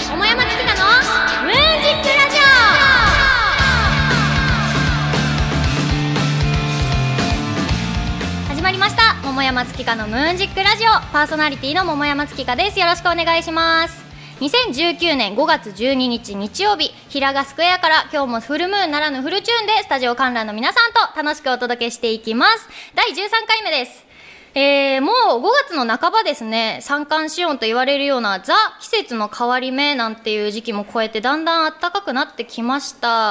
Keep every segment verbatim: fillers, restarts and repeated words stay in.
桃山月花のムーンジックラジオ。始まりました、桃山月花のムーンジックラジオ。パーソナリティの桃山月花です。よろしくお願いします。にせんじゅうきゅうねんごがつじゅうににち日曜日、平賀スクエアから今日もフルムーンならぬフルチューンでスタジオ観覧の皆さんと楽しくお届けしていきます。だいじゅうさんかいめです。えー、もうごがつの半ばですね。三寒四温と言われるようなザ季節の変わり目なんていう時期も超えて、だんだん暖かくなってきました。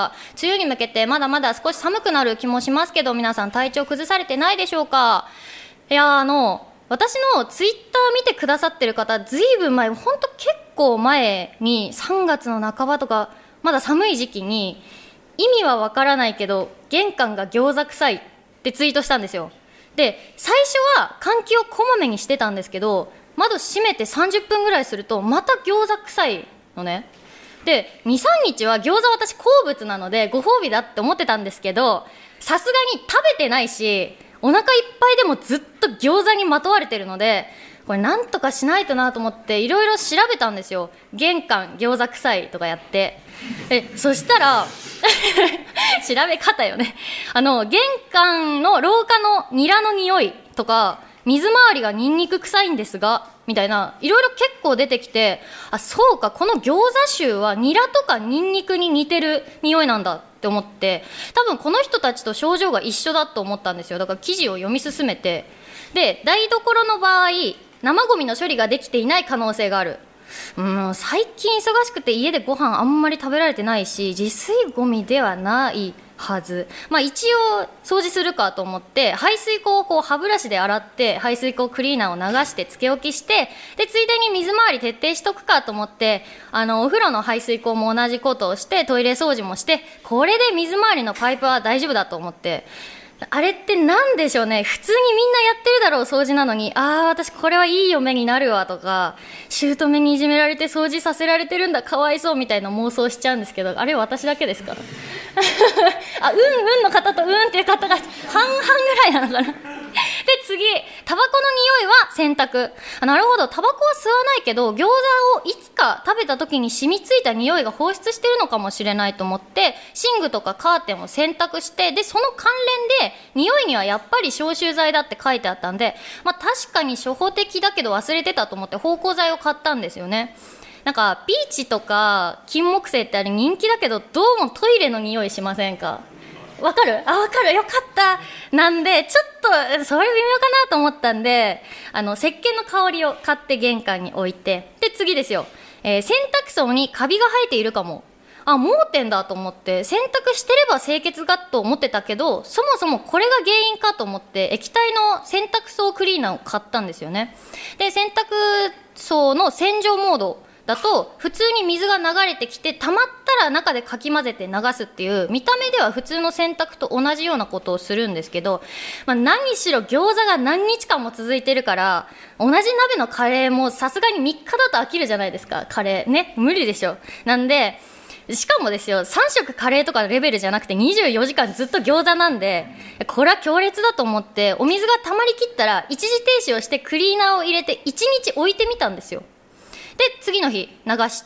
梅雨に向けてまだまだ少し寒くなる気もしますけど、皆さん体調崩されてないでしょうか。いやあの私のツイッター見てくださってる方、ずいぶん前、ほんと結構前にさんがつの半ばとかまだ寒い時期に、意味はわからないけど玄関が餃子臭いってツイートしたんですよ。で、最初は換気をこまめにしてたんですけど、窓閉めてさんじゅっぷんぐらいするとまた餃子臭いのね。で、にさんにちは餃子私好物なのでご褒美だって思ってたんですけど、さすがに食べてないし、お腹いっぱいでもずっと餃子にまとわれてるので、これなんとかしないとなと思っていろいろ調べたんですよ。玄関餃子臭いとかやって。えそしたら調べ方よね。あの玄関の廊下のニラの匂いとか、水回りがニンニク臭いんですがみたいな、いろいろ結構出てきて、あ、そうか、この餃子臭はニラとかニンニクに似てる匂いなんだって思って、多分この人たちと症状が一緒だと思ったんですよ。だから記事を読み進めて、で、台所の場合生ゴミの処理ができていない可能性がある。うん、最近忙しくて家でご飯あんまり食べられてないし、自炊ゴミではないはず。まあ一応掃除するかと思って排水口をこう歯ブラシで洗って、排水口クリーナーを流してつけ置きして、でついでに水回り徹底しとくかと思って、あのお風呂の排水口も同じことをして、トイレ掃除もして、これで水回りのパイプは大丈夫だと思って、あれってなんでしょうね、普通にみんなやってるだろう掃除なのに、あー私これはいい嫁になるわとか、姑にいじめられて掃除させられてるんだかわいそうみたいな妄想しちゃうんですけど、あれは私だけですかあ、うんうんの方とうんっていう方が半々ぐらいなのかなで次、タバコの匂いは洗濯。あ、なるほど、タバコは吸わないけど餃子をいつか食べた時に染みついた匂いが放出してるのかもしれないと思って、寝具とかカーテンを洗濯して、でその関連で匂いにはやっぱり消臭剤だって書いてあったんで、まあ、確かに初歩的だけど忘れてたと思って芳香剤を買ったんですよね。なんかピーチとか金木犀ってあれ人気だけど、どうもトイレの匂いしませんか？わかる？あ、わかる、よかった。なんでちょっとそれ微妙かなと思ったんで、あの石鹸の香りを買って玄関に置いて、で次ですよ、えー、洗濯槽にカビが生えているかも。あ、盲点だと思って、洗濯してれば清潔がと思ってたけど、そもそもこれが原因かと思って液体の洗濯槽クリーナーを買ったんですよね。で洗濯槽の洗浄モードだと普通に水が流れてきて、溜まったら中でかき混ぜて流すっていう、見た目では普通の洗濯と同じようなことをするんですけど、まあ、何しろ餃子が何日間も続いてるから、同じ鍋のカレーもさすがにみっかだと飽きるじゃないですか。カレーね、無理でしょ。なんでしかもですよ、さんしょくカレーとかのレベルじゃなくてにじゅうよじかんずっと餃子なんで、これは強烈だと思って、お水が溜まりきったら一時停止をしてクリーナーを入れていちにち置いてみたんですよ。で次の日流して、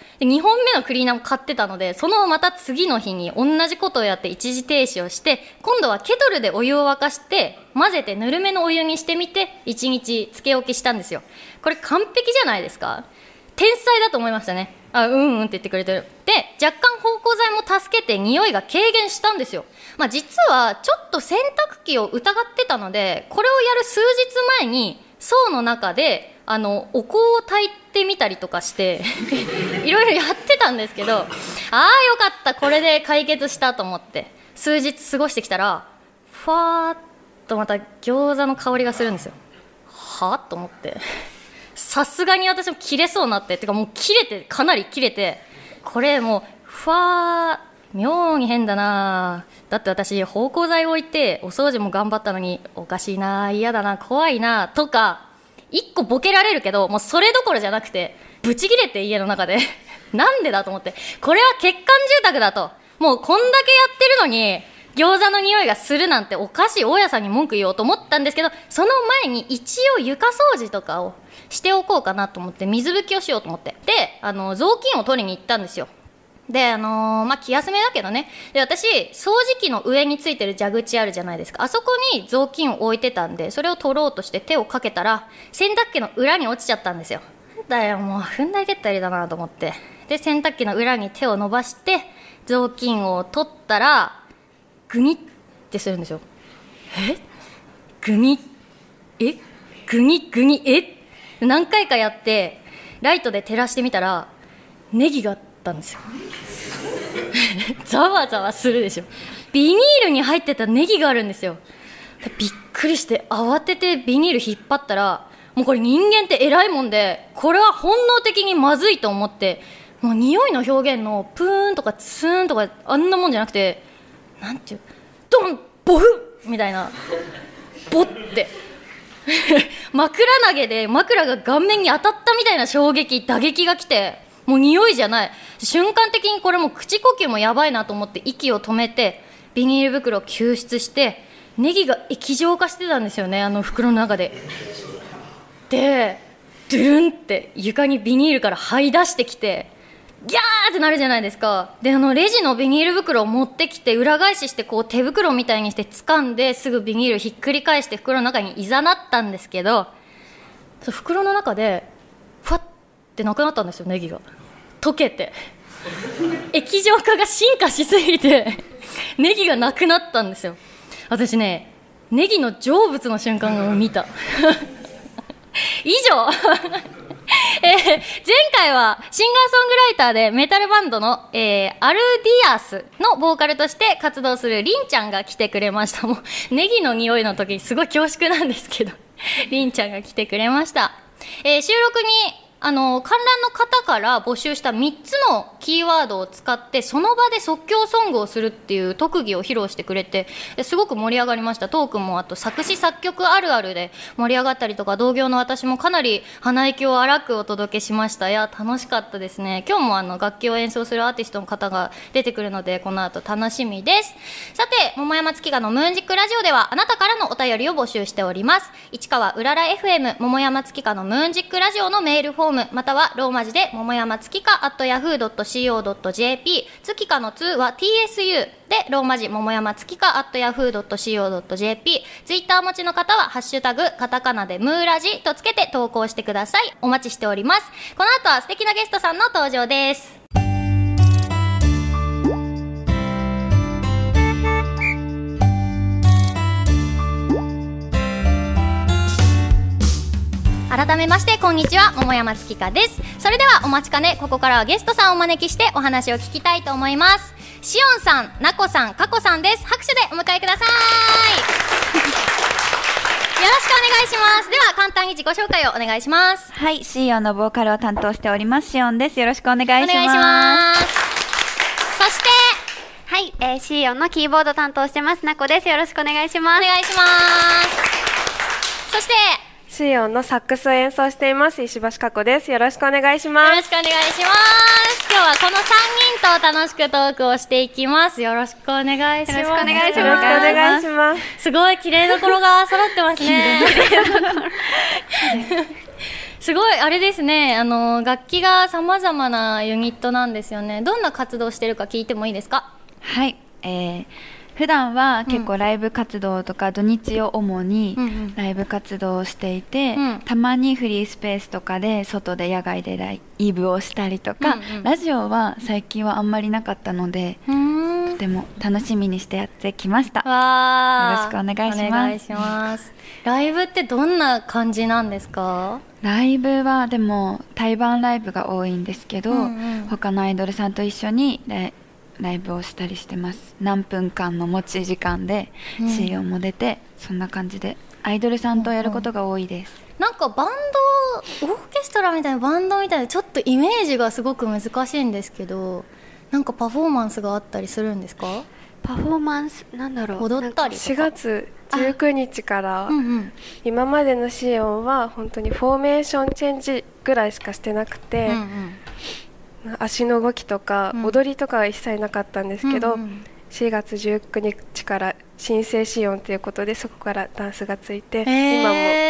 でにほんめのクリーナーも買ってたので、そのまた次の日に同じことをやって一時停止をして、今度はケトルでお湯を沸かして混ぜてぬるめのお湯にしてみていちにちつけ置きしたんですよ。これ完璧じゃないですか。天才だと思いましたね。あ、うんうんって言ってくれてる。で若干芳香剤も助けて匂いが軽減したんですよ。まあ、実はちょっと洗濯機を疑ってたので、これをやる数日前に槽の中であのお香を焚いてみたりとかしていろいろやってたんですけど、ああよかった、これで解決したと思って数日過ごしてきたら、ふわーっとまた餃子の香りがするんですよ。はぁと思って、さすがに私も切れそうになって、てかもう切れて、かなり切れて、これもうふわー、妙に変だな。だって私芳香剤を置いてお掃除も頑張ったのに、おかしいな、嫌だな、怖いなとか一個ボケられるけど、もうそれどころじゃなくてブチ切れて、家の中でなんでだと思って、これは欠陥住宅だと、もうこんだけやってるのに餃子の匂いがするなんておかしい、大家さんに文句言おうと思ったんですけど、その前に一応床掃除とかをしておこうかなと思って水拭きをしようと思って、であの雑巾を取りに行ったんですよ。であのー、まあ気休めだけどね、で私掃除機の上についてる蛇口あるじゃないですか、あそこに雑巾を置いてたんで、それを取ろうとして手をかけたら洗濯機の裏に落ちちゃったんですよ。だよもう踏んだり蹴ったりだなと思って、で洗濯機の裏に手を伸ばして雑巾を取ったらグニってするんですよ。えグニえグニグニえ何回かやってライトで照らしてみたらネギがあったんですよざわざわするでしょ。ビニールに入ってたネギがあるんですよ。びっくりして慌ててビニール引っ張ったら、もうこれ人間って偉いもんで、これは本能的にまずいと思って、もう匂いの表現のプーンとかツーンとかあんなもんじゃなくて、なんていうドンボフみたいな、ボッて枕投げで枕が顔面に当たったみたいな衝撃打撃が来て、もう匂いじゃない、瞬間的にこれもう口呼吸もやばいなと思って息を止めてビニール袋を救出して、ネギが液状化してたんですよね、あの袋の中で。でドゥルンって床にビニールから這い出してきてギャーってなるじゃないですか。であのレジのビニール袋を持ってきて裏返ししてこう手袋みたいにして掴んで、すぐビニールひっくり返して袋の中にいざなったんですけど、そ袋の中でファッってなくなったんですよ、ネギが溶けて液状化が進化しすぎてネギがなくなったんですよ。私ねネギの成仏の瞬間を見た以上えー、前回はシンガーソングライターでメタルバンドの、えー、アルディアスのボーカルとして活動するりんちゃんが来てくれました。もうネギの匂いの時すごい恐縮なんですけどりんちゃんが来てくれました。えー、収録にあの観覧の方から募集したみっつのキーワードを使ってその場で即興ソングをするっていう特技を披露してくれて、すごく盛り上がりました。トークもあと作詞作曲あるあるで盛り上がったりとか、同業の私もかなり鼻息を荒くお届けしました。いや楽しかったですね。今日もあの楽器を演奏するアーティストの方が出てくるのでこの後楽しみです。さて桃山月花のムーンジックラジオではあなたからのお便りを募集しております。市川うらら エフエム 桃山月花のムーンジックラジオのメールフォーム、またはローマ字で桃山月花 アットヤフードットシーオードットジェーピー、 月花のには ティーエスユー でローマ字桃山月花 アットヤフードットシーオードットジェーピー、 ツイッターお持ちの方はハッシュタグカタカナでムーラジとつけて投稿してください。お待ちしております。この後は素敵なゲストさんの登場です。改めましてこんにちは、桃山月花です。それではお待ちかね、ここからはゲストさんをお招きしてお話を聞きたいと思います。しおんさん、なこさん、かこさんです。拍手でお迎えくださいよろしくお願いします。では簡単に自己紹介をお願いします。 はい、シオンのボーカルを担当しておりますしおんです。よろしくお願いします。 お願いします。そしてはい、えー、シーオンのキーボード担当してますなこです。よろしくお願いします。 お願いします。そしてシーオンのサックスを演奏しています石橋加子です。よろしくお願いします。 よろしくお願いします。今日はこのさんにんと楽しくトークをしていきます。よろしくお願いします。 よろしくお願いします。 よろしくお願いします。 すごい綺麗どころが揃ってますねすごいあれですね、あの楽器がさまざまなユニットなんですよね。どんな活動してるか聞いてもいいですか？ はい、えー普段は結構ライブ活動とか土日を主にライブ活動をしていて、うんうん、たまにフリースペースとかで外で野外でライブをしたりとか、うんうん、ラジオは最近はあんまりなかったのでとても楽しみにしてやってきました。 わよろしくお願いします。 お願いします。ライブってどんな感じなんですか？ ライブはでも対バンライブが多いんですけど、うんうん、他のアイドルさんと一緒にライブをしたりしてます。何分間の持ち時間で シーオン も出て、うん、そんな感じでアイドルさんとやることが多いです。 うんうん、なんかバンドオーケストラみたいなバンドみたいなちょっとイメージがすごく難しいんですけど、なんかパフォーマンスがあったりするんですか？ パフォーマンスなんだろう、 踊ったりとか。 しがつじゅうくにちから、うんうん、今までのシーオンは本当にフォーメーションチェンジぐらいしかしてなくて、うんうん足の動きとか、うん、踊りとかは一切なかったんですけど、うんうん、しがつじゅうくにちから新生シオンということでそこからダンスがついて、 えー、 今も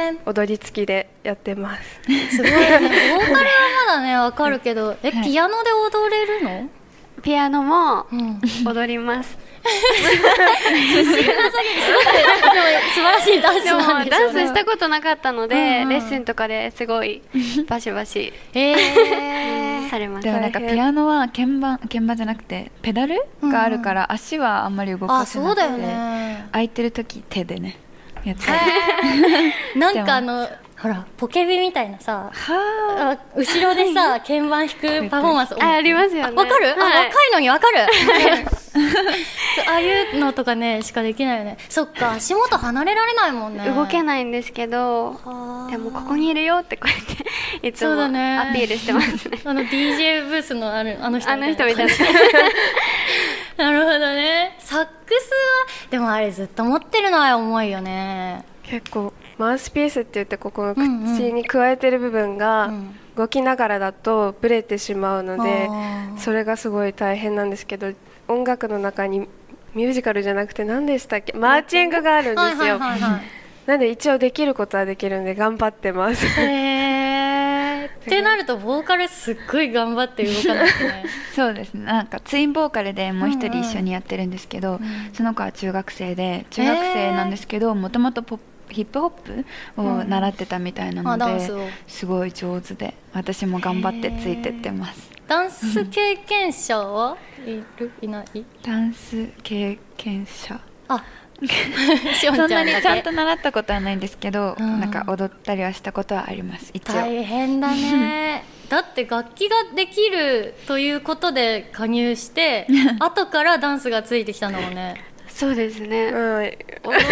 踊り付きでやってます。 すごいね。ボーカルはまだねわかるけど、え、はい、ピアノで踊れるの？ ピアノも踊ります。 すごくでも素晴らしいダンスなんでしょうね。 ダンスしたことなかったので、うんうん、レッスンとかですごいバシバシ、えー、されます。 でもなんかピアノは鍵盤鍵盤じゃなくてペダルがあるから、うん、足はあんまり動かせなくて、あ、そうだよね、空いてる時手でねやったりなんかあのほらポケビみたいなさ、は後ろでさ鍵盤弾くパフォーマンスあ, ありますよね。 わかる、はい、あ、若いのにわかるああいうのとかねしかできないよね。そっか、足元離れられないもんね。 動けないんですけど、でもここにいるよってこうやっていつもアピールしてますね。 あの ディージェー ブースのあるあの人みたいな、 あの人みたいななるほどね。サックスはでもあれずっと持ってるのは重いよね。 結構マウスピースって言ってここの口に加えてる部分が動きながらだとブレてしまうので、うん、それがすごい大変なんですけど、音楽の中にミュージカルじゃなくて何でしたっけ、マーチングがあるんですよ。なんで一応できることはできるんで頑張ってます。 へーってなるとボーカルすっごい頑張って動かなくてねそうですね、なんかツインボーカルでもう一人一緒にやってるんですけど、うんうん、その子は中学生で中学生なんですけど、もともとポップヒップホップを習ってたみたいなので、うん、すごい上手で私も頑張ってついてってます。 ダンス経験者はいるいない？ ダンス経験者、 あそんなにちゃんと習ったことはないんですけど、うん、なんか踊ったりはしたことはあります。一応大変だねだって楽器ができるということで加入して後からダンスがついてきたんだもんね。 そうですね、うん、踊る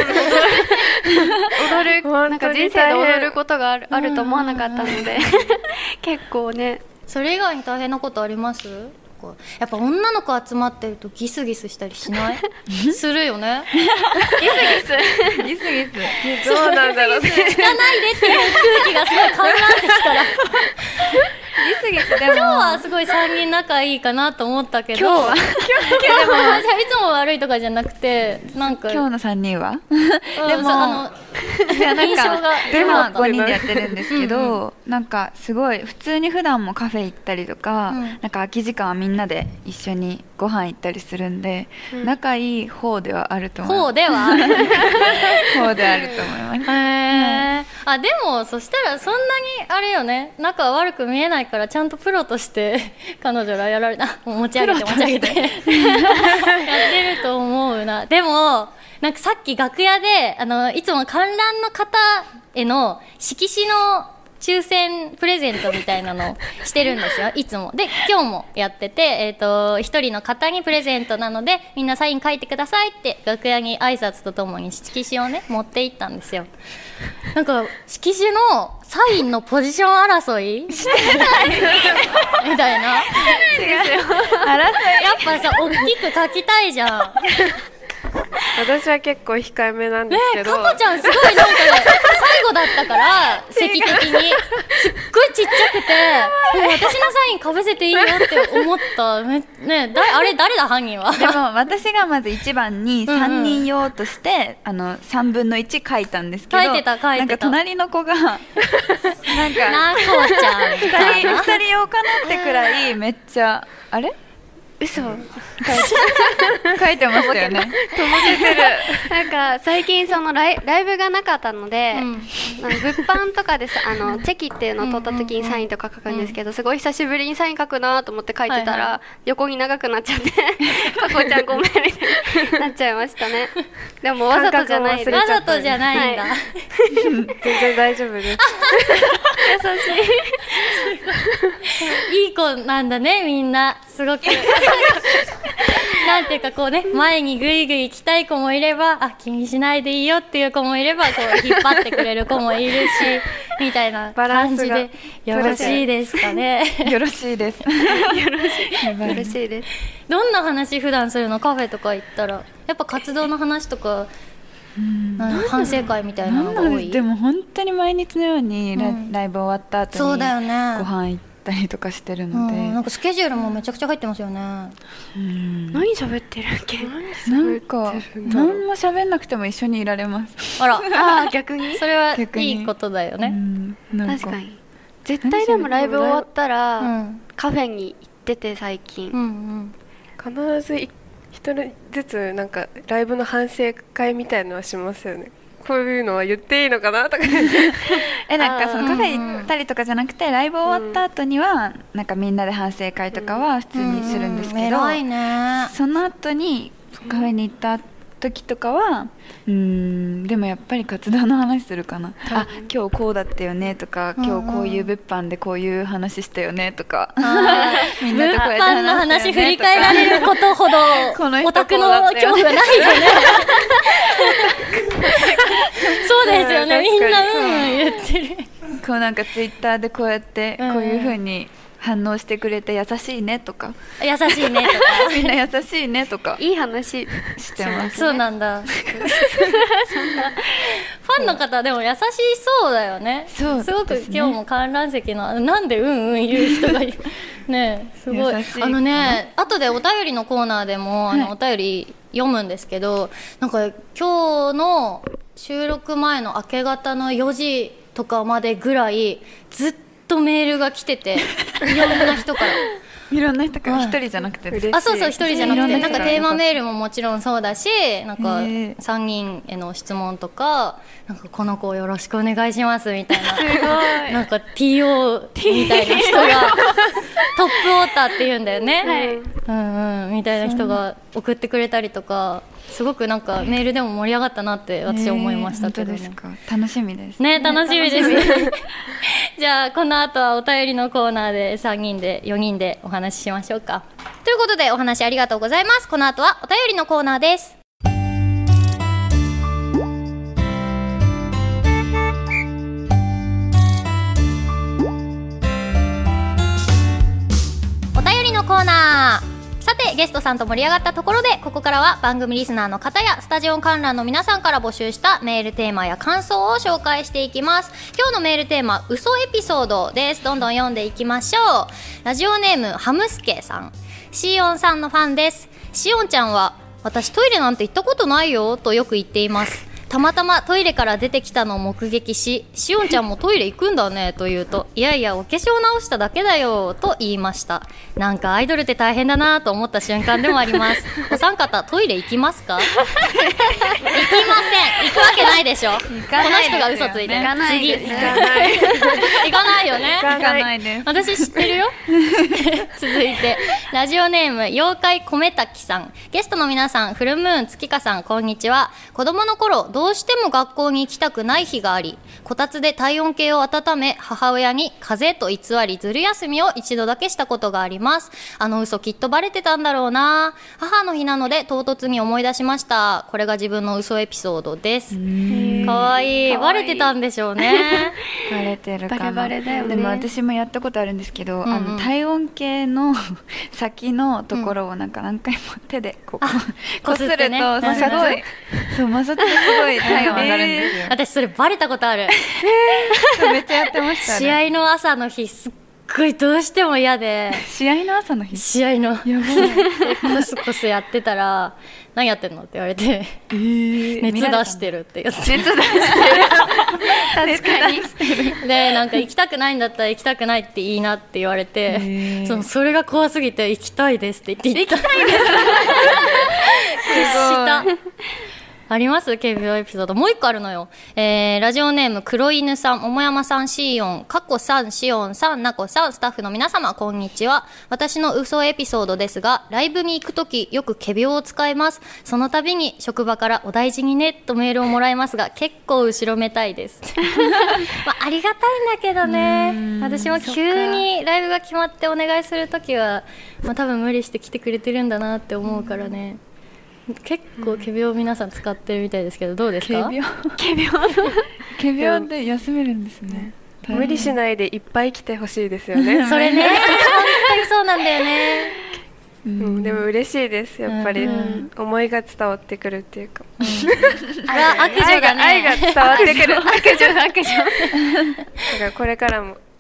踊るなんか人生で踊ることがある、あると思わなかったので結構ね。 それ以外に大変なことあります？やっぱ女の子集まってるとギスギスしたりしないするよねギスギスギスギスどうなんだろうね。 聞かないでっていう空気がすごい観覧席からギスギス。でも今日はすごいさんにん仲いいかなと思ったけど、 今日は今日はじゃあいつも悪いとかじゃなくて、なんか今日のさんにんはでもあのじゃあなんか今ごにんでやってるんですけど、うん、なんかすごい普通に普段もカフェ行ったりとか、うん、なんか空き時間はみんなで一緒にご飯行ったりするんで、うん、仲いい方ではあると思います。 方ではある方であると思います。へー、あ、でもそしたらそんなにあれよね、仲悪く見えないからちゃんとプロとして彼女がやられた持ち上げて持ち上げてやってると思うな。でもなんかさっき楽屋であのいつも観覧の方への色紙の抽選プレゼントみたいなのをしてるんですよいつも。で今日もやってて、えーと、一人の方にプレゼントなのでみんなサイン書いてくださいって楽屋に挨拶とともに色紙をね持って行ったんですよ。なんか色紙のサインのポジション争いしてないみたいな。 違うですよ、争いやっぱさ大きく書きたいじゃん私は結構控えめなんですけど、 ね、かこちゃんすごいなんか、ね、最後だったから席的にすっごいちっちゃくてもう私のサインかぶせていいよって思ったね。だあれ誰だ犯人は。 でも私がまずいちばんにさんにん用として、うんうん、あのさんぶんのいち書いたんですけど、 書いてた書いてた。 なんか隣の子がなんかなこちゃんみたいなふたり用かなってくらいめっちゃあれ嘘書いてましたよね。とぼけてる。 なんか最近そのライ、ライブがなかったので、うん、なんか物販とかでさあのチェキっていうのを取った時にサインとか書くんですけど、すごい久しぶりにサイン書くなと思って書いてたら、はいはい、横に長くなっちゃってかこちゃんごめんみたいになっちゃいましたね。でもわざとじゃないです。 わざとじゃないんだ、はい、 全然大丈夫です。優しいいい子なんだねみんなすごくなんていうかこうね前にぐいぐい行きたい子もいれば、あ気にしないでいいよっていう子もいれば、こう引っ張ってくれる子もいるしみたいな感じでよろしいですかね。 よろしいです。よろしいよろしいです。 どんな話普段するの？カフェとか行ったらやっぱ活動の話とか、うん、反省会みたいなのが多い？ でも本当に毎日のように ラ,、うん、ライブ終わった後にそうだよね、 ご飯行ってったりとかしてるので、 うん、なんかスケジュールもめちゃくちゃ入ってますよね。 うん、何喋ってるっけ？ なんか何も喋んなくても一緒にいられます。 あらあ逆にそれはいいことだよね。うん、 確かに絶対でもライブ終わったら、うん、カフェに行ってて最近、うんうん、必ず一人ずつなんかライブの反省会みたいのはしますよね。こういうのは言っていいのかなとかえなんかそのカフェ行ったりとかじゃなくてライブ終わった後にはなんかみんなで反省会とかは普通にするんですけど、 偉いね。 その後にカフェに行った時とかはうーんでもやっぱり活動の話するかな、うん、あ今日こうだったよねとか、うん、今日こういう物販でこういう話したよねとか、うん、みんなとこうやって話したよねとか、物販の話振り返られることほどオタクの恐怖はないよねそうですよね、みんなうんうん言ってる。 こうなんかツイッターでこうやってこういう風に反応してくれて優しいねとか、 優しいねとかみんな優しいねとかいい話してます、ね、 そうなんだそんなファンの方でも優しそうだよね。 そうですね。 すごく今日も観覧席のなんでうんうん言う人がいるねすごい。あのね後でお便りのコーナーでも、はい、あのお便り読むんですけど、なんか今日の収録前の明け方のよじとかまでぐらいずっとメールが来てていろんな人からいろんな人から一人じゃなくて、 あそうそう一人じゃなくて、なんかテーマメールももちろんそうだし、なんかさんにんへの質問とか、なんかこの子をよろしくお願いしますみたいな、すごいなんか ティーオー みたいな人がトップオーターって言うんだよね、はい、うんうんみたいな人が送ってくれたりとか、すごくなんかメールでも盛り上がったなって私は思いましたけどね。 本当ですか。楽しみですね。楽しみですじゃあこの後はお便りのコーナーでさんにんでよにんでお話ししましょうか。ということでお話ありがとうございます。この後はお便りのコーナーです。お便りのコーナー。さてゲストさんと盛り上がったところで、ここからは番組リスナーの方やスタジオ観覧の皆さんから募集したメールテーマや感想を紹介していきます。今日のメールテーマ、嘘エピソードです。どんどん読んでいきましょう。ラジオネームハムスケさん、シオンさんのファンです。シオンちゃんは私トイレなんて行ったことないよとよく言っています。たまたまトイレから出てきたのを目撃し、しおんちゃんもトイレ行くんだねと言うと、いやいやお化粧直しただけだよと言いました。なんかアイドルって大変だなと思った瞬間でもあります。お三方トイレ行きますか？行きません。行くわけないでしょ。この人が嘘ついてる。 行かないです。 行かない行かないよね。 行かないです。 私知ってるよ続いてラジオネーム妖怪米滝さん、ゲストの皆さん、フルムーン月花さん、こんにちは。子供の頃どうしても学校に行きたくない日があり、こたつで体温計を温め、母親に風邪と偽りずる休みを一度だけしたことがあります。あの嘘きっとバレてたんだろうな。母の日なので唐突に思い出しました。これが自分の嘘エピソードです。かわいい。バレてたんでしょうねバレてるかな。 バレバレだよね。 でも私もやったことあるんですけど、うんうん、あの体温計の先のところをなんか何回も手でこう、うん、こするとすごい、そう摩擦ですごい体温上がるんですよ、えー、 私それバレたことある、えー、めっちゃやってましたね。 試合の朝の日すっごいどうしても嫌で、 試合の朝の日試合のやばいコスコスやってたら何やってんのって言われて、えー、熱出してるって言って熱出してる確かにでなんか行きたくないんだったら行きたくないっていいなって言われて、えー、そのそれが怖すぎて行きたいですって言って行った。行きたいですしたあります軽病エピソード。もう一個あるのよ、えー、ラジオネーム黒犬さん、桃山さん、シーオン、カコさん、シオンさん、ナコさん、スタッフの皆様こんにちは。私の嘘エピソードですが、ライブに行くときよく仮病を使います。その度に職場からお大事にねとメールをもらいますが、結構後ろめたいですまあ、ありがたいんだけどね。私も急にライブが決まってお願いするときは、まあ、多分無理して来てくれてるんだなって思うからね。結構仮病皆さん使ってるみたいですけど、どうですか？ 仮病仮病仮病で休めるんですね。 無理しないでいっぱい来てほしいですよねそれね本当にそうなんだよね、 うん、でも嬉しいですやっぱり、うん、思いが伝わってくるっていうか、うん、 あ悪女だね。 愛が、愛が伝わってくる悪女悪女だからこれからも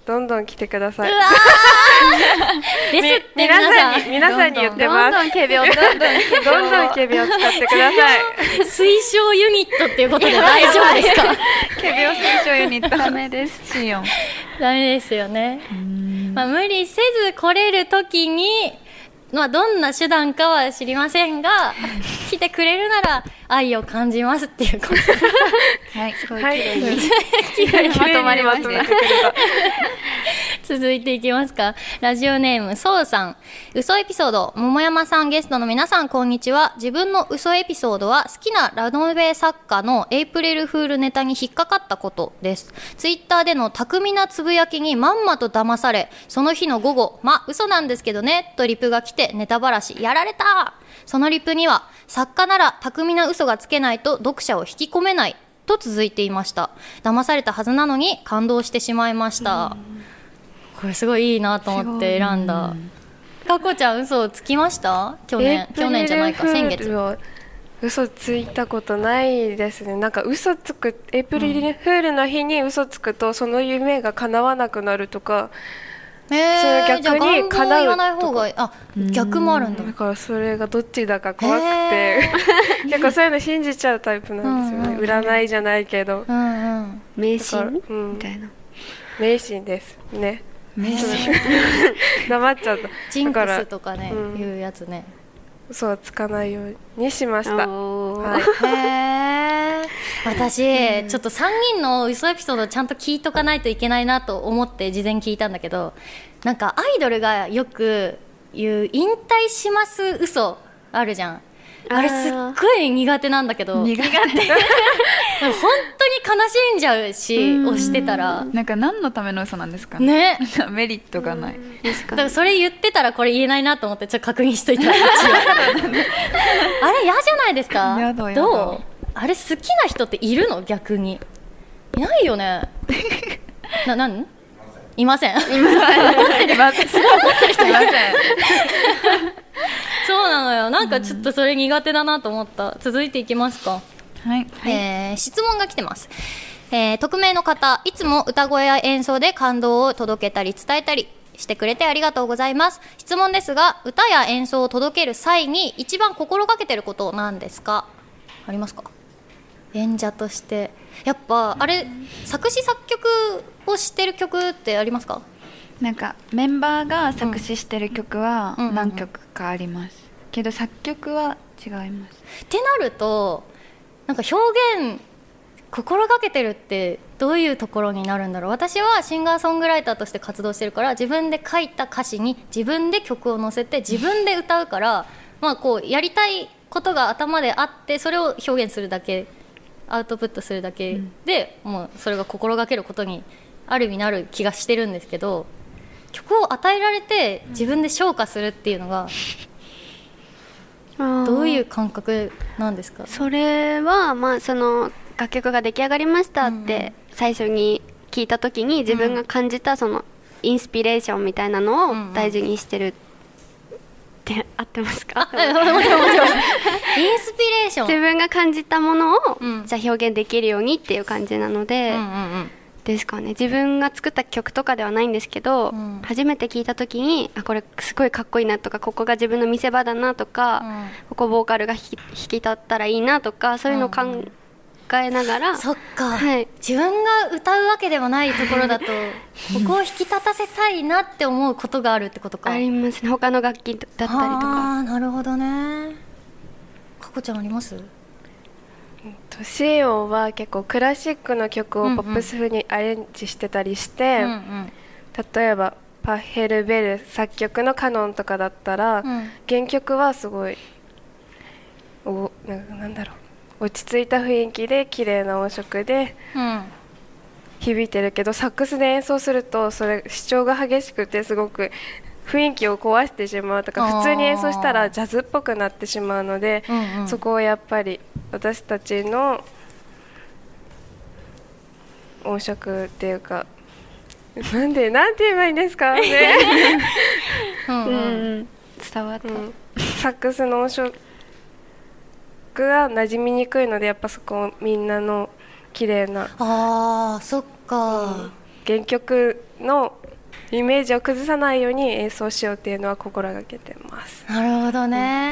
どんどん来てください。 うわーですって皆さん皆さんに言ってます。 どんどんケビをどんどんどんどんケビを使ってください。 推奨ユニットっていうことで大丈夫ですか？ ケビオ推奨ユニットダメです。 シーヨンダメですよね。まあ、無理せず来れる時に、まあ、どんな手段かは知りませんが来てくれるなら愛を感じますっていうことはい、 すごいは綺麗に、 い、 綺麗にまとまりましたね。 続いていきますか。ラジオネームそうさん。嘘エピソード。桃山さん、ゲストの皆さん、こんにちは。自分の嘘エピソードは好きなラノベ作家のエイプリルフールネタに引っかかったことです。ツイッターでの巧みなつぶやきにまんまと騙され、その日の午後、ま、嘘なんですけどねとリプが来て、ネタばらしやられた。そのリプには、作家なら巧みな嘘がつけないと読者を引き込めないと続いていました。騙されたはずなのに感動してしまいました。これすごいいいなと思って選んだ。かこちゃん、嘘をつきました？去年去年じゃないか、先月。 嘘ついたことないですね。なんか嘘つくエイプリルフールの日に嘘つくとその夢が叶わなくなるとか、 えー、 それ逆に叶う言わない方がいい。あ、逆もあるんだ。 だからそれがどっちだか怖くて結構そういうの信じちゃうタイプなんですよね、うんうん、占いじゃないけど、 うんうん、迷信、うん、みたいな。 迷信ですね。 迷信黙っちゃった。 ジンクスとかね、 うん、 いうやつね。 嘘はつかないようにしました。はい、 へー。私、うん、ちょっとさんにんの嘘エピソードちゃんと聞いとかないといけないなと思って事前聞いたんだけど、なんかアイドルがよく言う引退します嘘あるじゃん。あれすっごい苦手なんだけど、 苦手本当に悲しんじゃうし、押してたらなんか何のための嘘なんですかね。 メリットがない。 だからそれ言ってたらこれ言えないなと思ってちょっと確認しといた。あれ嫌じゃないですか？ やだやだ。 どう？あれ好きな人っているの？逆にいないよね。な、なんいません。いません。すごい思ってる人いません。そうなのよ。なんかちょっとそれ苦手だなと思った。続いていきますか。 はい、 えー、質問が来てます。えー、匿名の方、いつも歌声や演奏で感動を届けたり伝えたりしてくれてありがとうございます。質問ですが、歌や演奏を届ける際に一番心がけてることなんですか？ありますか？演者としてやっぱあれ作詞作曲をしてる曲ってありますか？ なんかメンバーが作詞してる曲は何曲かあります、うんうんうん、けど作曲は違います。 ってなるとなんか表現心がけてるってどういうところになるんだろう。私はシンガーソングライターとして活動してるから、自分で書いた歌詞に自分で曲を載せて自分で歌うから、まあこうやりたいことが頭であってそれを表現するだけ、アウトプットするだけで、うん、もうそれが心がけることにある意味なる気がしてるんですけど、曲を与えられて自分で消化するっていうのがどういう感覚なんですか？ それはまあその楽曲が出来上がりましたって最初に聞いた時に自分が感じたそのインスピレーションみたいなのを大事にしてるって合ってますか？もちろんもちろん。インスピレーション、 自分が感じたものをじゃあ表現できるようにっていう感じなので、うんうんうん、ですかね。自分が作った曲とかではないんですけど、うん、初めて聞いた時にあこれすごいかっこいいなとか、ここが自分の見せ場だなとか、うん、ここボーカルが弾き、弾き立ったらいいなとか、そういうのを考えながら、うんうん、 そっか、はい、自分が歌うわけではないところだとここを引き立たせたいなって思うことがあるってことか。 ありますね。他の楽器だったりとか。 あ、なるほどね。かこちゃんあります？ シーオンは結構クラシックの曲をポップス風にアレンジしてたりして、うんうん、例えばパッヘルベル作曲のカノンとかだったら、うん、原曲はすごいお な, なんだろう落ち着いた雰囲気で綺麗な音色で響いてるけど、うん、サックスで演奏するとそれ主張が激しくてすごく雰囲気を壊してしまうとか、普通に演奏したらジャズっぽくなってしまうので、うんうん、そこをやっぱり私たちの音色っていうかなんでなんて言えばいいんですかね。 うんうん、伝わった、うん、 サックスの音色が馴染みにくいので、やっぱそこをみんなの綺麗な。 あーそっか、うん、 原曲のイメージを崩さないように演奏しようっていうのは心がけてます。 なるほどね、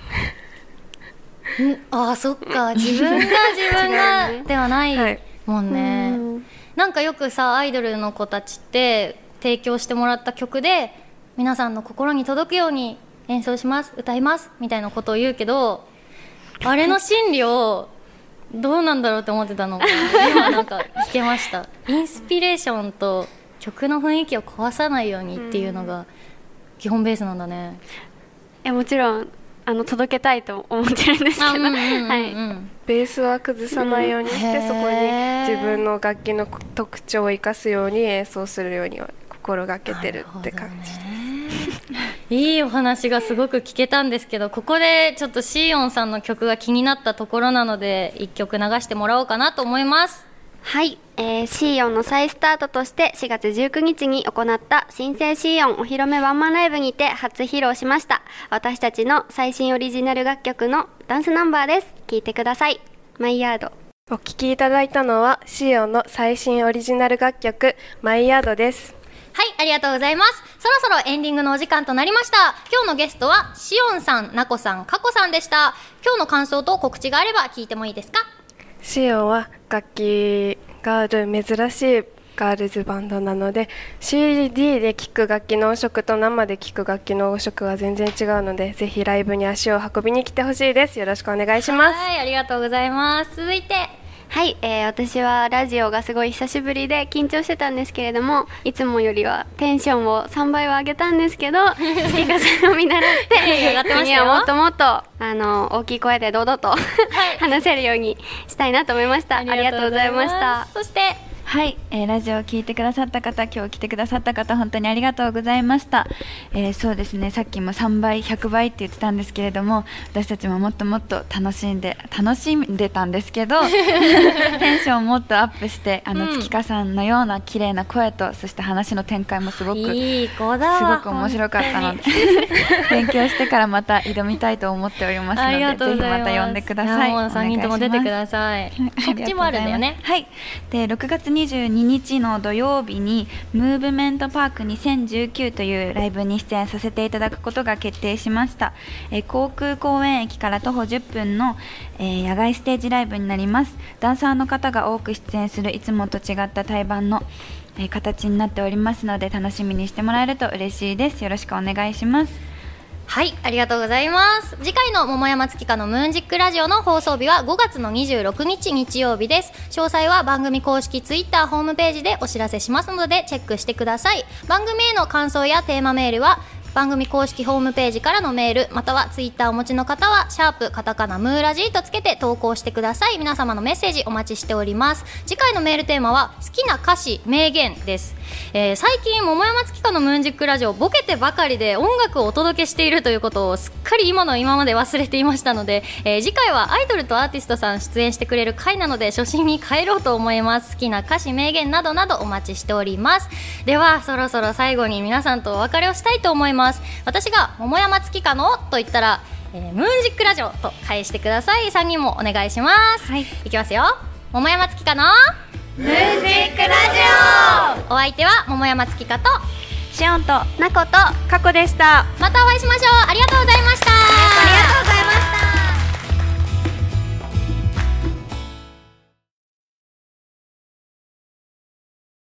うん、ああそっか、自分が自分がではないもんね、はい、なんかよくさアイドルの子たちって提供してもらった曲で皆さんの心に届くように演奏します歌いますみたいなことを言うけど、あれの心理をどうなんだろうって思ってたのが今なんか聞けました。インスピレーションと曲の雰囲気を壊さないようにっていうのが基本ベースなんだね。 いやもちろんあの届けたいと思ってるんですけど、はい、 ベースは崩さないようにして、うん、そこに自分の楽器の特徴を生かすように演奏するように心がけてるって感じです。 いいお話がすごく聞けたんですけど、ここでちょっとシーオンさんの曲が気になったところなのでいっきょく流してもらおうかなと思います。 はい、えー、シーオンの再スタートとしてしがつじゅうくにちに行った新生シーオンお披露目ワンマンライブにて初披露しました私たちの最新オリジナル楽曲のダンスナンバーです。聴いてください。マイヤード。 お聴きいただいたのはシーオンの最新オリジナル楽曲マイヤードです。 はい、ありがとうございます。そろそろエンディングのお時間となりました。今日のゲストはシオンさん、ナコさん、カコさんでした。今日の感想と告知があれば聞いてもいいですか？ シオンは楽器がある珍しいガールズバンドなので シーディー で聴く楽器の音色と生で聴く楽器の音色は全然違うので、ぜひライブに足を運びに来てほしいです。よろしくお願いします。 はい、ありがとうございます。続いてはい、えー、私はラジオがすごい久しぶりで緊張してたんですけれども、いつもよりはテンションをさんばいは上げたんですけど月風さんを見習って次はもっともっとあの大きい声で堂々と、はい、話せるようにしたいなと思いました。ありがとうございました。 そしてはい、えー、ラジオを聞いてくださった方、今日来てくださった方、本当にありがとうございました。えー、そうですね、さっきもさんばいひゃくばいって言ってたんですけれども、私たちももっともっと楽しんで楽しんでたんですけどテンションをもっとアップして、あの、うん、月香さんのような綺麗な声と、そして話の展開もすごくいい子だすごく面白かったので勉強してからまた挑みたいと思っておりますので、ぜひまた呼んでください。 もうさんにんとも出てください。告知もあるんだよね。 はい、でろくがつにじゅうににちの土曜日にムーブメントパークにせんじゅうきゅうというライブに出演させていただくことが決定しました。えー、航空公園駅から徒歩じゅっぷんの、えー、野外ステージライブになります。ダンサーの方が多く出演するいつもと違った対バンの、えー、形になっておりますので、楽しみにしてもらえると嬉しいです。よろしくお願いします。 はい、ありがとうございます。次回の桃山月花のムーンジックラジオの放送日はごがつのにじゅうろくにち日曜日です。詳細は番組公式ツイッターホームページでお知らせしますのでチェックしてください。番組への感想やテーマメールは番組公式ホームページからのメール、またはツイッターお持ちの方はシャープカタカナムーラジーとつけて投稿してください。皆様のメッセージお待ちしております。次回のメールテーマは好きな歌詞名言です。えー、最近桃山月花のムーンジックラジオボケてばかりで音楽をお届けしているということをすっかり今の今まで忘れていましたので、えー、次回はアイドルとアーティストさん出演してくれる回なので初心に帰ろうと思います。好きな歌詞名言などなどお待ちしております。ではそろそろ最後に皆さんとお別れをしたいと思います。私が桃山月花のと言ったら、えー、ムーンジックラジオと返してください。さんにんもお願いします。はい、いきますよ。桃山月花のムーンジックラジオ。お相手は桃山月花とシオンとナコとカコでした。 またお会いしましょう。ありがとうございました。